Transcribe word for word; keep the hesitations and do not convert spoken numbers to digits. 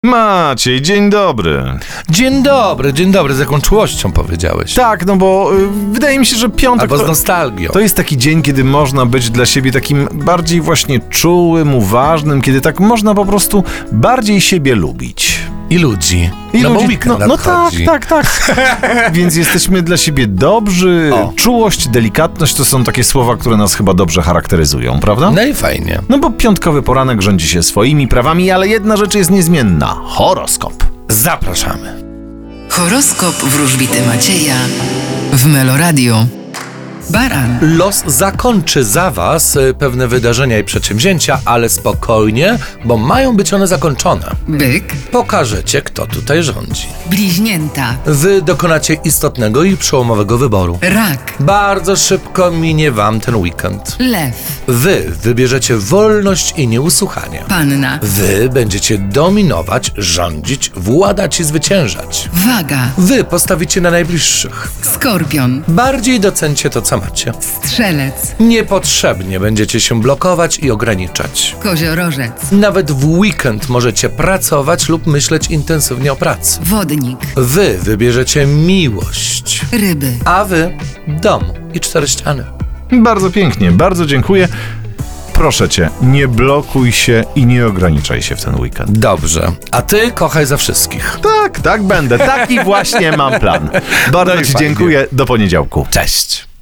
Maciej, dzień dobry. Dzień dobry, dzień dobry, z jaką czułością powiedziałeś. Tak, no bo y, wydaje mi się, że piątek Albo z to, nostalgią. to jest taki dzień, kiedy można być dla siebie takim bardziej właśnie czułym, uważnym, kiedy tak można po prostu bardziej siebie lubić. I ludzi. I no ludzi, bo weekend no, no tak, nadchodzi. tak, tak. Więc jesteśmy dla siebie dobrzy. O. Czułość, delikatność to są takie słowa, które nas chyba dobrze charakteryzują, prawda? No i fajnie. No bo piątkowy poranek rządzi się swoimi prawami, ale jedna rzecz jest niezmienna. Horoskop. Zapraszamy. Horoskop wróżbity Macieja w Meloradio. Baran, Los zakończy za was y, pewne wydarzenia i przedsięwzięcia, ale spokojnie, bo mają być one zakończone. byk, Pokażecie, kto tutaj rządzi. bliźnięta, Wy dokonacie istotnego i przełomowego wyboru. rak, Bardzo szybko minie wam ten weekend. lew, Wy wybierzecie wolność i nieusłuchanie. panna, Wy będziecie dominować, rządzić, władać i zwyciężać. waga, Wy postawicie na najbliższych. skorpion, Bardziej docencie to, co macie. strzelec, Niepotrzebnie będziecie się blokować i ograniczać. koziorożec, Nawet w weekend możecie pracować lub myśleć intensywnie o pracy. wodnik, Wy wybierzecie miłość, ryby. a wy dom i cztery ściany. Bardzo pięknie, bardzo dziękuję. Proszę cię, nie blokuj się i nie ograniczaj się w ten weekend. Dobrze, a ty kochaj za wszystkich. Tak, tak będę. Taki właśnie mam plan. Bardzo No i ci fajnie. dziękuję. Do poniedziałku. Cześć.